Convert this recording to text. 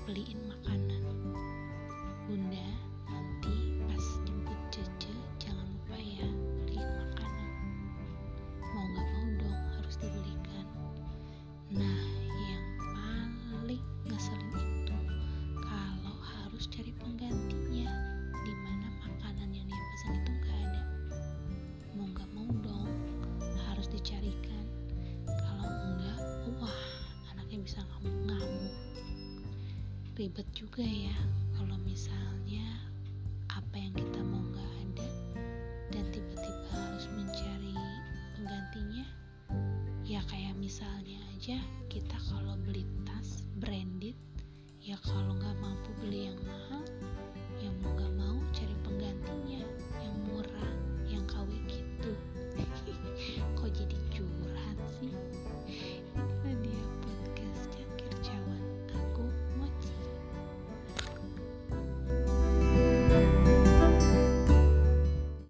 beliin makanan. Bunda, nanti pas jemput Cece jangan lupa ya beliin makanan. Mau gak mau dong harus dibelikan. Nah, yang paling ngeselin itu kalau harus cari penggantinya, dimana makanan yang dia pesan itu gak ada. Mau gak mau dong harus dicarikan. Kalau enggak, wah, anaknya bisa ngamuk-ngamuk. Ribet juga ya kalau misalnya apa yang kita mau gak ada dan tiba-tiba harus mencari penggantinya. Ya kayak misalnya aja kita kalau beli tas branded, ya kalau gak mampu beli yang mahal